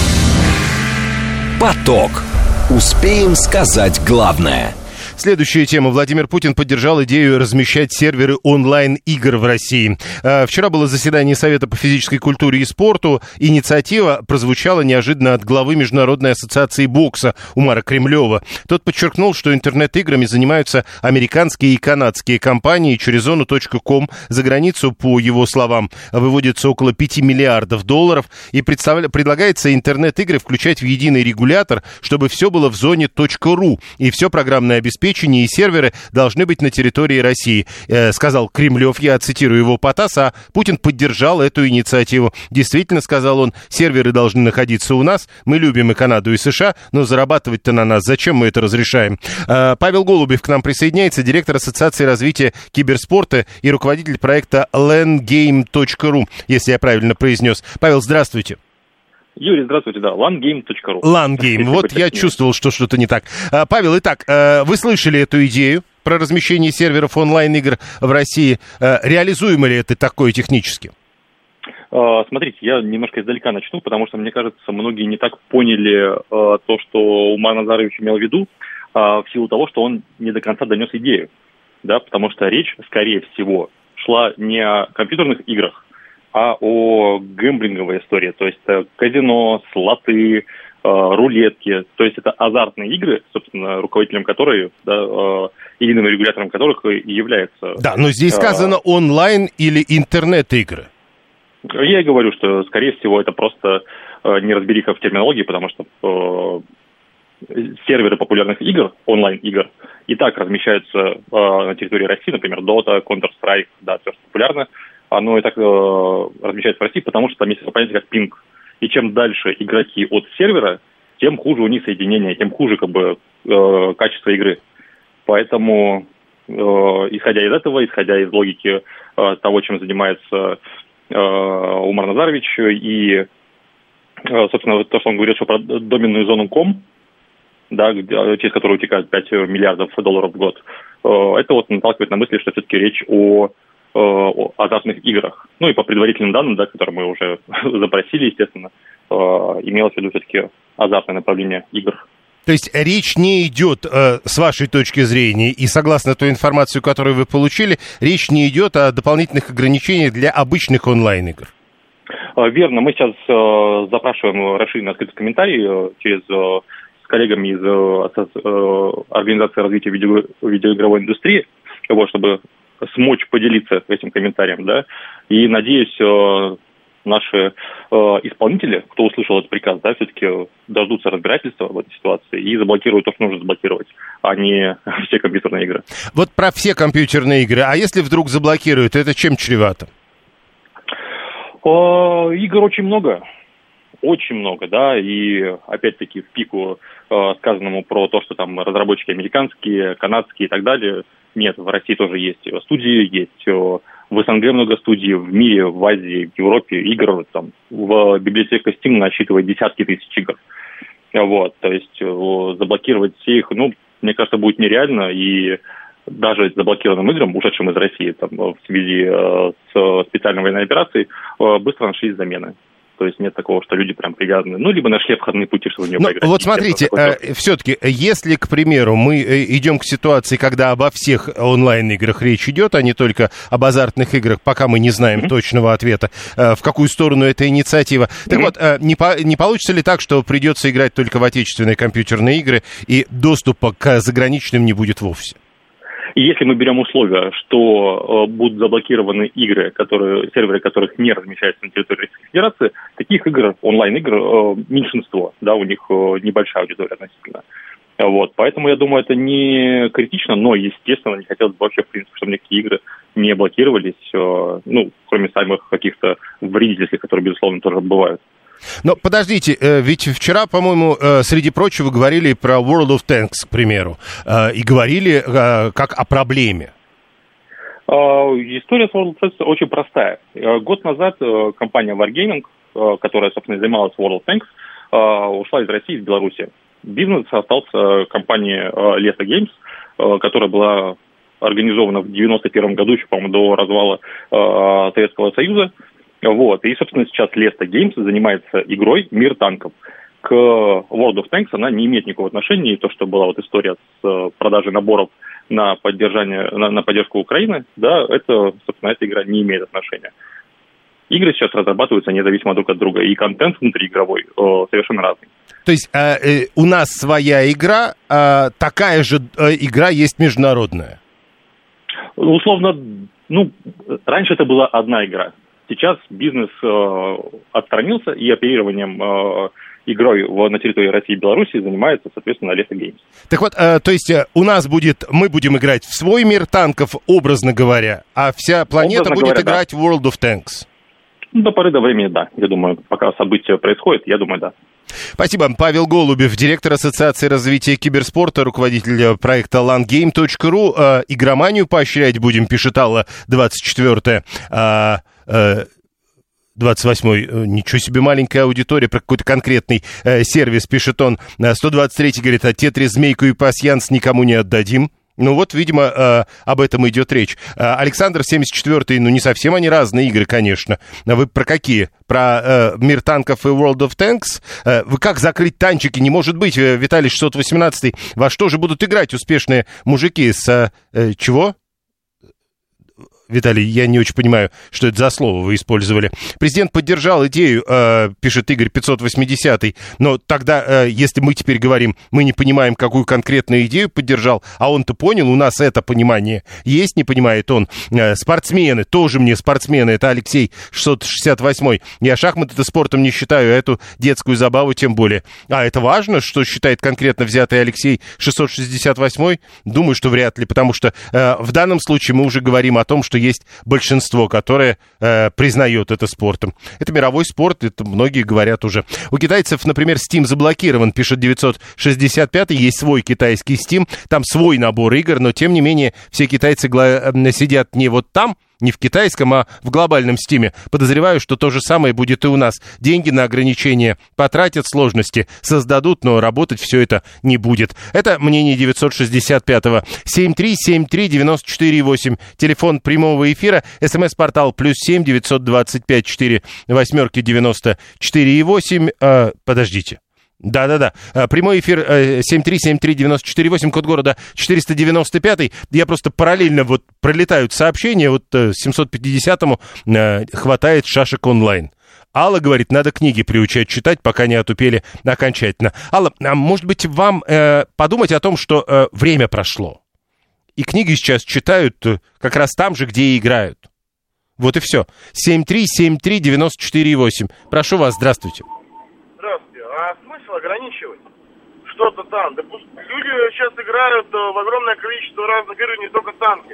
Поток. Успеем сказать главное. Следующая тема. Владимир Путин поддержал идею размещать серверы онлайн-игр в России. Вчера было заседание Совета по физической культуре и спорту. Инициатива прозвучала неожиданно от главы Международной ассоциации бокса Умара Кремлева. Тот подчеркнул, что интернет-играми занимаются американские и канадские компании. Через зону точка ком за границу, по его словам, выводится около пяти миллиардов долларов. И представля... предлагается интернет-игры включать в единый регулятор, чтобы все было в зоне .ру. И все программное обеспечение и серверы должны быть на территории России, э, сказал Кремлев, я цитирую его Потас, а Путин поддержал эту инициативу. Действительно, сказал он, серверы должны находиться у нас, мы любим и Канаду, и США, но зарабатывать-то на нас, зачем мы это разрешаем? Э, Павел Голубев к нам присоединяется, директор Ассоциации развития киберспорта и руководитель проекта лэн гейм точка ру, если я правильно произнес. Павел, здравствуйте. Юрий, здравствуйте, да, лан гейм точка ру. лан гейм, вот я чувствовал, что что-то не так. Павел, итак, вы слышали эту идею про размещение серверов онлайн-игр в России. Реализуемо ли это такое технически? Смотрите, я немножко издалека начну, потому что, мне кажется, многие не так поняли то, что Умар Назарович имел в виду, в силу того, что он не до конца донес идею, да, потому что речь, скорее всего, шла не о компьютерных играх, а о гэмблинговой истории, то есть казино, слоты, рулетки, то есть это азартные игры, собственно, руководителем которой, да, единым регулятором которых и является... Да, но здесь сказано онлайн или интернет-игры. Я и говорю, что, скорее всего, это просто неразбериха в терминологии, потому что серверы популярных игр, онлайн-игр, и так размещаются на территории России, например, Dota, Counter-Strike, да, все, что популярно. оно и так э, размещается в России, потому что там есть понятие как пинг. И чем дальше игроки от сервера, тем хуже у них соединение, тем хуже как бы э, качество игры. Поэтому, э, исходя из этого, исходя из логики э, того, чем занимается э, Умар Назарович, и, э, собственно, то, что он говорит, что про доменную зону ком, да, через которую утекают пять миллиардов долларов в год, э, это вот наталкивает на мысли, что все-таки речь о о азартных играх. Ну и по предварительным данным, да, которые мы уже запросили, естественно, э, имелось в виду все-таки азартное направление игр. То есть речь не идет, э, с вашей точки зрения, и согласно той информации, которую вы получили, речь не идет о дополнительных ограничениях для обычных онлайн-игр? Э, верно. Мы сейчас э, запрашиваем расширенный открытый комментарий э, через э, с коллегами из э, э, Организации развития видео, видеоигровой индустрии, вот, чтобы смочь поделиться этим комментарием, да, и, надеюсь, э, наши э, исполнители, кто услышал этот приказ, да, все-таки дождутся разбирательства в этой ситуации и заблокируют то, что нужно заблокировать, а не все компьютерные игры. Вот про все компьютерные игры, а если вдруг заблокируют, это чем чревато? Э, игр очень много, очень много, да, и опять-таки в пику э, сказанному про то, что там разработчики американские, канадские и так далее. Нет, в России тоже есть студии, есть в СНГ много студий, в мире, в Азии, в Европе игр, там, в библиотеке Steam насчитывает десятки тысяч игр. Вот, то есть заблокировать все их, ну, мне кажется, будет нереально, и даже заблокированным играм, ушедшим из России там, в связи э, с специальной военной операцией, э, быстро нашлись замены. То есть нет такого, что люди прям привязаны. Ну, либо нашли обходные пути, чтобы в нее поиграть. Вот смотрите, э, все-таки, если, к примеру, мы идем к ситуации, когда обо всех онлайн-играх речь идет, а не только об азартных играх, пока мы не знаем mm-hmm. точного ответа, э, в какую сторону эта инициатива. Mm-hmm. Так вот, э, не, по, не получится ли так, что придется играть только в отечественные компьютерные игры, и доступа к заграничным не будет вовсе? И если мы берем условия, что э, будут заблокированы игры, которые, серверы которых не размещаются на территории Российской Федерации, таких игр, онлайн-игр, э, меньшинство, да, у них э, небольшая аудитория относительно. Вот, поэтому я думаю, это не критично, но, естественно, не хотелось бы вообще, в принципе, чтобы никакие игры не блокировались, э, ну, кроме самых каких-то вредительских, которые, безусловно, тоже бывают. Но подождите, ведь вчера, по-моему, среди прочего говорили про World of Tanks, к примеру, и говорили как о проблеме. История с World of Tanks очень простая. Год назад компания Wargaming, которая, собственно, занималась World of Tanks, ушла из России, из Беларуси. Бизнес остался компанией Lesta Games, которая была организована в девяносто первом году, еще, по-моему, до развала Советского Союза. Вот. И, собственно, сейчас Lesta Games занимается игрой «Мир танков». К World of Tanks она не имеет никакого отношения. И то, что была вот история с продажей наборов на поддержание, на, на поддержку Украины, да, это, собственно, эта игра не имеет отношения. Игры сейчас разрабатываются независимо друг от друга, и контент внутриигровой э, совершенно разный. То есть э, э, у нас своя игра, э, такая же э, игра есть международная? Условно, ну, раньше это была одна игра. Сейчас бизнес э, отстранился, и оперированием э, игрой в, на территории России и Беларуси занимается, соответственно, Lesta Games. Так вот, э, то есть э, у нас будет, мы будем играть в свой мир танков, образно говоря, а вся планета образно будет говоря, играть да. в World of Tanks? До поры до времени, да. Я думаю, пока события происходят, я думаю, да. Спасибо. Павел Голубев, директор Ассоциации развития киберспорта, руководитель проекта лан гейм точка ру. Э, игроманию поощрять будем, пишет Алла, двадцать четвёртое. Э, э, двадцать восьмой, ничего себе, маленькая аудитория, про какой-то конкретный э, сервис, пишет он. сто двадцать третий говорит, а Тетрис, Змейку и Пасьянс никому не отдадим. Ну вот, видимо, э, об этом идет речь. Э, Александр, семьдесят четвёртый, ну не совсем они разные игры, конечно. А вы про какие? Про э, Мир танков и World of Tanks? Э, вы как закрыть танчики? Не может быть, э, Виталий шестьсот восемнадцатый. Во что же будут играть успешные мужики с... Э, чего? Виталий, я не очень понимаю, что это за слово вы использовали. Президент поддержал идею, э, пишет Игорь пятьсот восьмидесятый, но тогда, э, если мы теперь говорим, мы не понимаем, какую конкретную идею поддержал, а он-то понял, у нас это понимание есть, не понимает он. Э, спортсмены, тоже мне спортсмены, это Алексей шестьсот шестьдесят восьмой. Я шахматы это спортом не считаю, а эту детскую забаву тем более. А это важно, что считает конкретно взятый Алексей шестьсот шестьдесят восьмой? Думаю, что вряд ли, потому что э, в данном случае мы уже говорим о том, что что есть большинство, которое э, признает это спортом. Это мировой спорт, это многие говорят уже. У китайцев, например, Steam заблокирован, пишет девятьсот шестьдесят пятый, есть свой китайский Steam, там свой набор игр, но тем не менее все китайцы гла- сидят не вот там, не в китайском, а в глобальном стиме. Подозреваю, что то же самое будет и у нас. Деньги на ограничения потратят, сложности создадут, но работать все это не будет. Это мнение девятьсот шестьдесят пятого. семь три семь три девять четыре восемь. Телефон прямого эфира. СМС-портал плюс семь девятьсот двадцать пять четыре восьмерки девяносто четыре восемь. А, подождите. Да-да-да, прямой эфир семь три семь три девять четыре восемь, код города четыреста девяносто пять. Я просто параллельно вот пролетают сообщения, вот семьсот пятидесятому хватает шашек онлайн. Алла говорит, надо книги приучать читать, пока не отупели окончательно. Алла, а может быть вам э, подумать о том, что э, время прошло, и книги сейчас читают как раз там же, где и играют. Вот и все. семь три семь три девять четыре восемь. Прошу вас, здравствуйте. А смысл ограничивать что-то там? Да пусть люди сейчас играют в огромное количество разных игр, не только танки.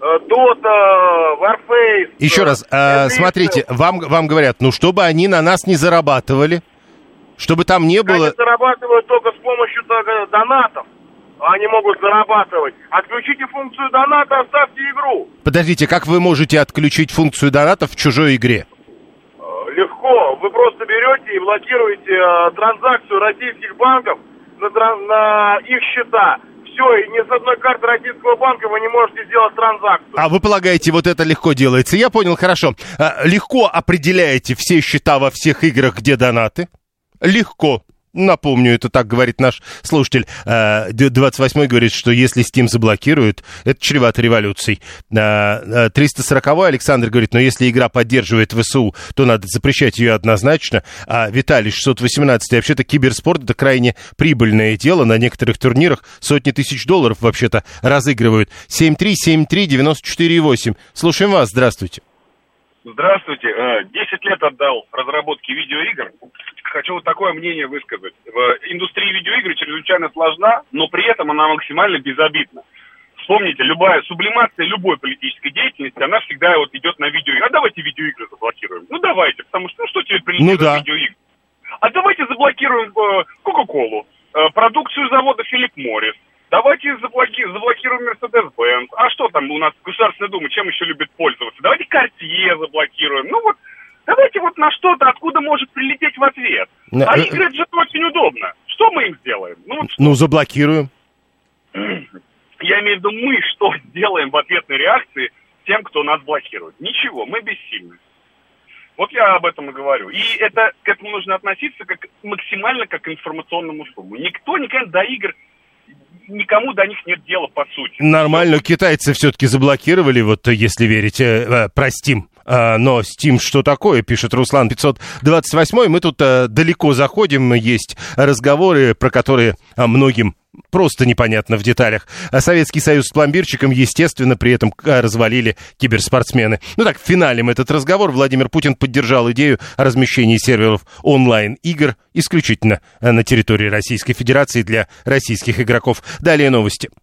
Дота, Warface. Еще раз, э, смотрите, вам, вам говорят, ну, чтобы они на нас не зарабатывали, чтобы там не было... Они зарабатывают только с помощью донатов. Они могут зарабатывать. Отключите функцию доната, оставьте игру. Подождите, как вы можете отключить функцию донатов в чужой игре? Легко. Вы просто берете и блокируете э, транзакцию российских банков на, на их счета. Все, и ни с одной карты российского банка вы не можете сделать транзакцию. А вы полагаете, вот это легко делается? Я понял, хорошо. А, легко определяете все счета во всех играх, где донаты? Легко. Напомню, это так говорит наш слушатель. двадцать восьмой говорит, что если Steam заблокируют, это чревато революцией. триста сороковой Александр говорит, но если игра поддерживает ВСУ, то надо запрещать ее однозначно. А Виталий шестьсот восемнадцать, вообще-то киберспорт — это крайне прибыльное дело. На некоторых турнирах сотни тысяч долларов вообще-то разыгрывают. семь три семь три девять четыре восемь. Слушаем вас, здравствуйте. Здравствуйте. десять лет отдал разработке видеоигр. Хочу вот такое мнение высказать. Индустрия видеоигр чрезвычайно сложна, но при этом она максимально безобидна. Вспомните, любая сублимация любой политической деятельности, она всегда вот идет на видеоигры. А давайте видеоигры заблокируем. Ну давайте, потому что ну что теперь прилетело ну, да. видеоигры? А давайте заблокируем э, Кока-Колу, э, продукцию завода Филипп Моррис. Давайте заблоки... заблокируем Мерседес-Бенц. А что там у нас Государственная Дума, чем еще любит пользоваться? Давайте Картье заблокируем. Ну вот, давайте вот на что-то, откуда может прилететь в ответ. А игры это же очень удобно. Что мы им сделаем? Ну, вот ну заблокируем. Я имею в виду, мы что сделаем в ответной реакции тем, кто нас блокирует? Ничего, мы бессильны. Вот я об этом и говорю. И это, к этому нужно относиться как максимально как к информационному шуму. Никто никогда до игр... Никому до них нет дела, по сути. Нормально, китайцы все-таки заблокировали, вот если верите, э, про Steam. А, но Steam что такое, пишет Руслан пятьсот двадцать восемь. Мы тут а, далеко заходим, есть разговоры, про которые а, многим просто непонятно в деталях. А Советский Союз с пломбирчиком, естественно, при этом развалили киберспортсмены. Ну так, финалем этот разговор. Владимир Путин поддержал идею о размещении серверов онлайн-игр исключительно на территории Российской Федерации для российских игроков. Далее новости.